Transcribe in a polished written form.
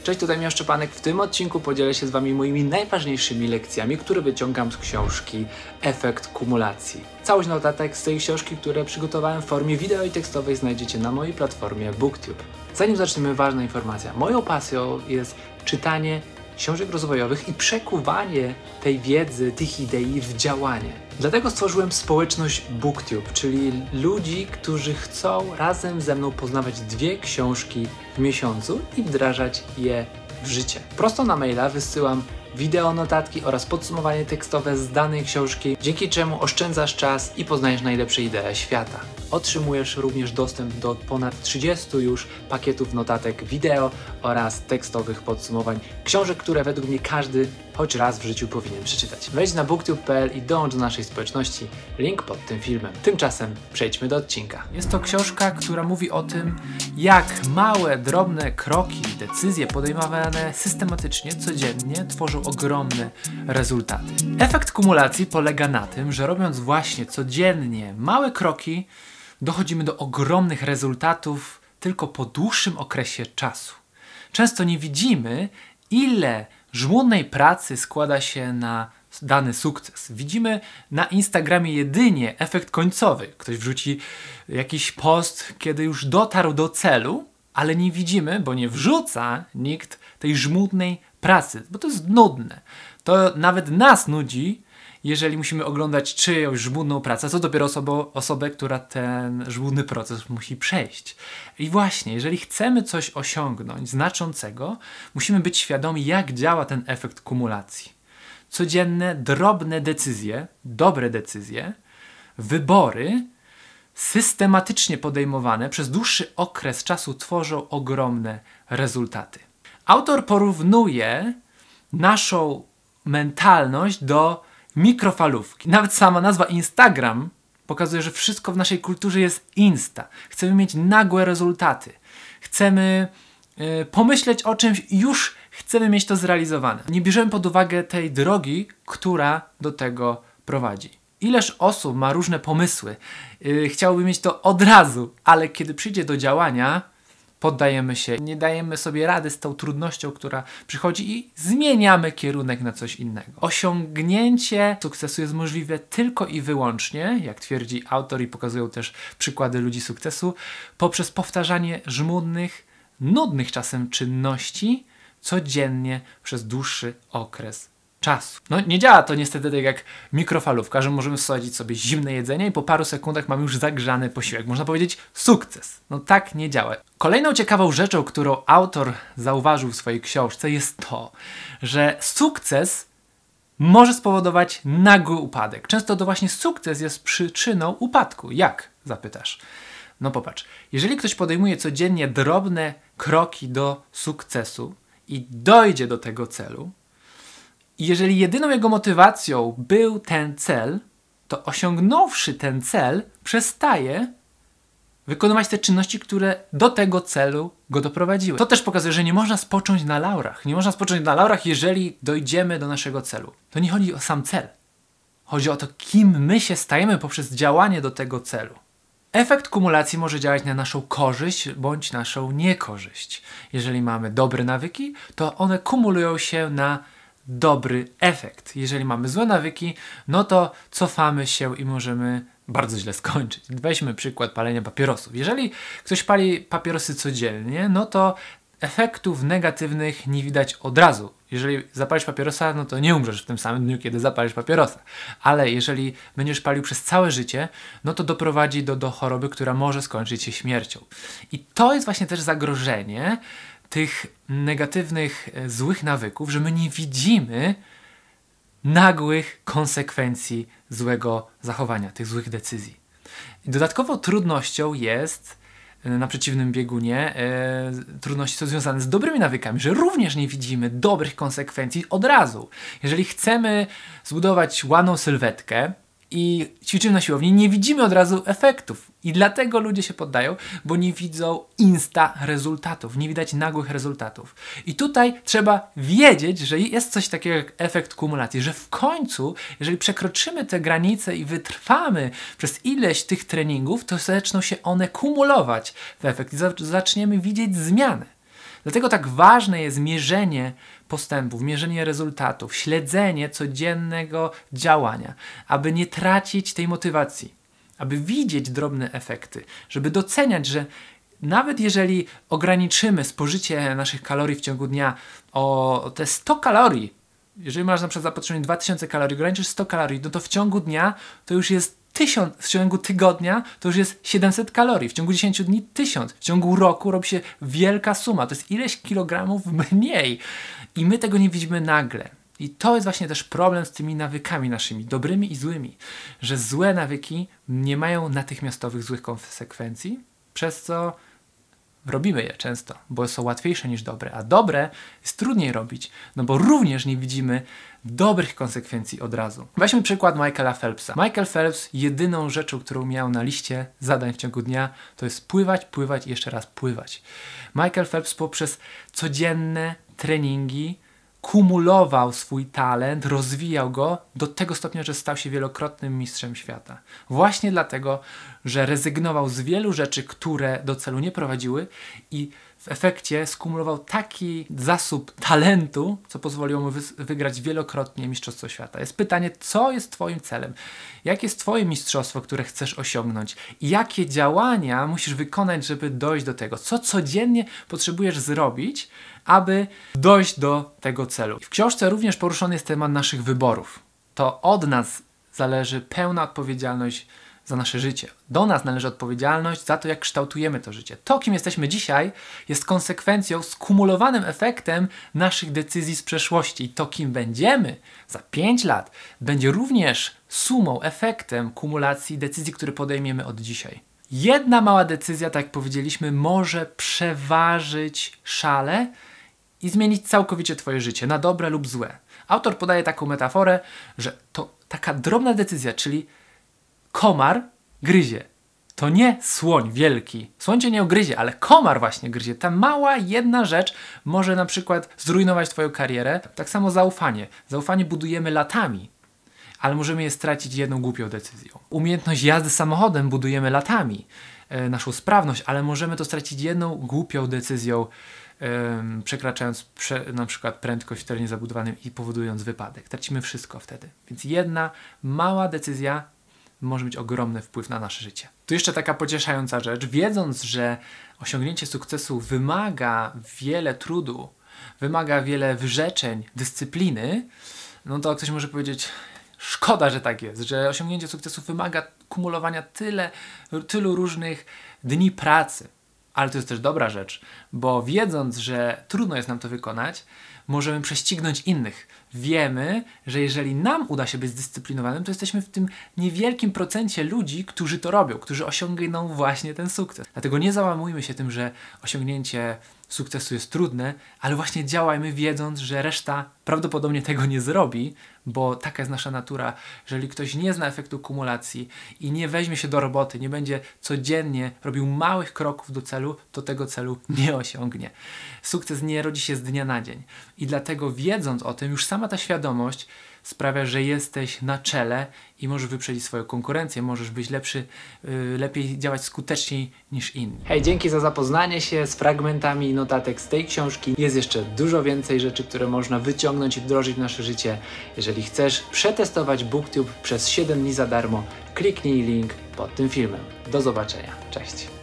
Cześć, tutaj Michał Szczepanek. W tym odcinku podzielę się z Wami moimi najważniejszymi lekcjami, które wyciągam z książki Efekt Kumulacji. Całość notatek z tej książki, które przygotowałem w formie wideo i tekstowej, znajdziecie na mojej platformie BookTube. Zanim zaczniemy, ważna informacja. Moją pasją jest czytanie książek rozwojowych i przekuwanie tej wiedzy, tych idei w działanie. Dlatego stworzyłem społeczność BookTube, czyli ludzi, którzy chcą razem ze mną poznawać 2 książki w miesiącu i wdrażać je w życie. Prosto na maila wysyłam wideo, notatki oraz podsumowanie tekstowe z danej książki, dzięki czemu oszczędzasz czas i poznajesz najlepsze idee świata. Otrzymujesz również dostęp do ponad 30 już pakietów notatek wideo oraz tekstowych podsumowań książek, które według mnie każdy choć raz w życiu powinien przeczytać. Wejdź na booktube.pl i dołącz do naszej społeczności. Link pod tym filmem. Tymczasem przejdźmy do odcinka. Jest to książka, która mówi o tym, jak małe, drobne kroki, decyzje podejmowane systematycznie, codziennie tworzą ogromne rezultaty. Efekt kumulacji polega na tym, że robiąc właśnie codziennie małe kroki, dochodzimy do ogromnych rezultatów tylko po dłuższym okresie czasu. Często nie widzimy, ile żmudnej pracy składa się na dany sukces. Widzimy na Instagramie jedynie efekt końcowy. Ktoś wrzuci jakiś post, kiedy już dotarł do celu, ale nie widzimy, bo nie wrzuca nikt tej żmudnej pracy, bo to jest nudne. To nawet nas nudzi, jeżeli musimy oglądać czyjąś żmudną pracę, co dopiero osobę, która ten żmudny proces musi przejść. I właśnie, jeżeli chcemy coś osiągnąć znaczącego, musimy być świadomi, jak działa ten efekt kumulacji. Codzienne, drobne decyzje, dobre decyzje, wybory systematycznie podejmowane przez dłuższy okres czasu tworzą ogromne rezultaty. Autor porównuje naszą mentalność do mikrofalówki. Nawet sama nazwa Instagram pokazuje, że wszystko w naszej kulturze jest insta. Chcemy mieć nagłe rezultaty. Chcemy pomyśleć o czymś i już chcemy mieć to zrealizowane. Nie bierzemy pod uwagę tej drogi, która do tego prowadzi. Ileż osób ma różne pomysły. Chciałoby mieć to od razu, ale kiedy przyjdzie do działania, poddajemy się, nie dajemy sobie rady z tą trudnością, która przychodzi i zmieniamy kierunek na coś innego. Osiągnięcie sukcesu jest możliwe tylko i wyłącznie, jak twierdzi autor i pokazują też przykłady ludzi sukcesu, poprzez powtarzanie żmudnych, nudnych czasem czynności codziennie przez dłuższy okres czasu. No nie działa to niestety tak jak mikrofalówka, że możemy wsadzić sobie zimne jedzenie i po paru sekundach mamy już zagrzany posiłek. Można powiedzieć sukces. No tak nie działa. Kolejną ciekawą rzeczą, którą autor zauważył w swojej książce, jest to, że sukces może spowodować nagły upadek. Często to właśnie sukces jest przyczyną upadku. Jak? Zapytasz. No popatrz, jeżeli ktoś podejmuje codziennie drobne kroki do sukcesu i dojdzie do tego celu, i jeżeli jedyną jego motywacją był ten cel, to osiągnąwszy ten cel, przestaje wykonywać te czynności, które do tego celu go doprowadziły. To też pokazuje, że nie można spocząć na laurach. Nie można spocząć na laurach, jeżeli dojdziemy do naszego celu. To nie chodzi o sam cel. Chodzi o to, kim my się stajemy poprzez działanie do tego celu. Efekt kumulacji może działać na naszą korzyść bądź naszą niekorzyść. Jeżeli mamy dobre nawyki, to one kumulują się na dobry efekt. Jeżeli mamy złe nawyki, no to cofamy się i możemy bardzo źle skończyć. Weźmy przykład palenia papierosów. Jeżeli ktoś pali papierosy codziennie, no to efektów negatywnych nie widać od razu. Jeżeli zapalisz papierosa, no to nie umrzesz w tym samym dniu, kiedy zapalisz papierosa. Ale jeżeli będziesz palił przez całe życie, no to doprowadzi do choroby, która może skończyć się śmiercią. I to jest właśnie też zagrożenie tych negatywnych, złych nawyków, że my nie widzimy nagłych konsekwencji złego zachowania, tych złych decyzji. I dodatkowo trudnością jest na przeciwnym biegunie trudności są związane z dobrymi nawykami, że również nie widzimy dobrych konsekwencji od razu. Jeżeli chcemy zbudować ładną sylwetkę i ćwiczymy na siłowni, nie widzimy od razu efektów. I dlatego ludzie się poddają, bo nie widzą insta rezultatów, nie widać nagłych rezultatów. I tutaj trzeba wiedzieć, że jest coś takiego jak efekt kumulacji, że w końcu, jeżeli przekroczymy te granice i wytrwamy przez ileś tych treningów, to zaczną się one kumulować w efekt i zaczniemy widzieć zmiany. Dlatego tak ważne jest mierzenie postępów, mierzenie rezultatów, śledzenie codziennego działania, aby nie tracić tej motywacji, aby widzieć drobne efekty, żeby doceniać, że nawet jeżeli ograniczymy spożycie naszych kalorii w ciągu dnia o te 100 kalorii, jeżeli masz na przykład zapotrzebowanie 2000 kalorii, ograniczysz 100 kalorii, no to w ciągu dnia to już jest 1000, w ciągu tygodnia to już jest 700 kalorii, w ciągu 10 dni 1000, w ciągu roku robi się wielka suma, to jest ileś kilogramów mniej i my tego nie widzimy nagle. I to jest właśnie też problem z tymi nawykami naszymi, dobrymi i złymi, że złe nawyki nie mają natychmiastowych złych konsekwencji, przez co robimy je często, bo są łatwiejsze niż dobre, a dobre jest trudniej robić, no bo również nie widzimy dobrych konsekwencji od razu. Weźmy przykład Michaela Phelpsa. Michael Phelps jedyną rzeczą, którą miał na liście zadań w ciągu dnia, to jest pływać, pływać i jeszcze raz pływać. Michael Phelps poprzez codzienne treningi kumulował swój talent, rozwijał go do tego stopnia, że stał się wielokrotnym mistrzem świata. Właśnie dlatego, że rezygnował z wielu rzeczy, które do celu nie prowadziły i w efekcie skumulował taki zasób talentu, co pozwoliło mu wygrać wielokrotnie Mistrzostwo Świata. Jest pytanie, co jest twoim celem? Jakie jest twoje mistrzostwo, które chcesz osiągnąć? I jakie działania musisz wykonać, żeby dojść do tego? Co codziennie potrzebujesz zrobić, aby dojść do tego celu? W książce również poruszony jest temat naszych wyborów. To od nas zależy pełna odpowiedzialność za nasze życie. Do nas należy odpowiedzialność za to, jak kształtujemy to życie. To, kim jesteśmy dzisiaj, jest konsekwencją, skumulowanym efektem naszych decyzji z przeszłości. I to, kim będziemy za 5 lat, będzie również sumą, efektem kumulacji decyzji, które podejmiemy od dzisiaj. Jedna mała decyzja, tak jak powiedzieliśmy, może przeważyć szale i zmienić całkowicie twoje życie, na dobre lub złe. Autor podaje taką metaforę, że to taka drobna decyzja, czyli komar gryzie. To nie słoń wielki. Słoń cię nie ugryzie, ale komar właśnie gryzie. Ta mała jedna rzecz może na przykład zrujnować twoją karierę. Tak samo zaufanie. Zaufanie budujemy latami, ale możemy je stracić jedną głupią decyzją. Umiejętność jazdy samochodem budujemy latami. Naszą sprawność, ale możemy to stracić jedną głupią decyzją, przekraczając na przykład prędkość w terenie zabudowanym i powodując wypadek. Tracimy wszystko wtedy. Więc jedna mała decyzja może mieć ogromny wpływ na nasze życie. Tu jeszcze taka pocieszająca rzecz. Wiedząc, że osiągnięcie sukcesu wymaga wiele trudu, wymaga wiele wyrzeczeń, dyscypliny, no to ktoś może powiedzieć, szkoda, że tak jest, że osiągnięcie sukcesu wymaga kumulowania tylu różnych dni pracy. Ale to jest też dobra rzecz, bo wiedząc, że trudno jest nam to wykonać, możemy prześcignąć innych. Wiemy, że jeżeli nam uda się być zdyscyplinowanym, to jesteśmy w tym niewielkim procencie ludzi, którzy to robią, którzy osiągną właśnie ten sukces. Dlatego nie załamujmy się tym, że osiągnięcie sukcesu jest trudne, ale właśnie działajmy wiedząc, że reszta prawdopodobnie tego nie zrobi, bo taka jest nasza natura. Jeżeli ktoś nie zna efektu kumulacji i nie weźmie się do roboty, nie będzie codziennie robił małych kroków do celu, to tego celu nie osiągnie. Sukces nie rodzi się z dnia na dzień. I dlatego wiedząc o tym, już sama ta świadomość sprawia, że jesteś na czele i możesz wyprzedzić swoją konkurencję, możesz być lepszy, lepiej działać skuteczniej niż inni. Hej, dzięki za zapoznanie się z fragmentami notatek z tej książki. Jest jeszcze dużo więcej rzeczy, które można wyciągnąć i wdrożyć w nasze życie. Jeżeli chcesz przetestować BookTube przez 7 dni za darmo, kliknij link pod tym filmem. Do zobaczenia. Cześć.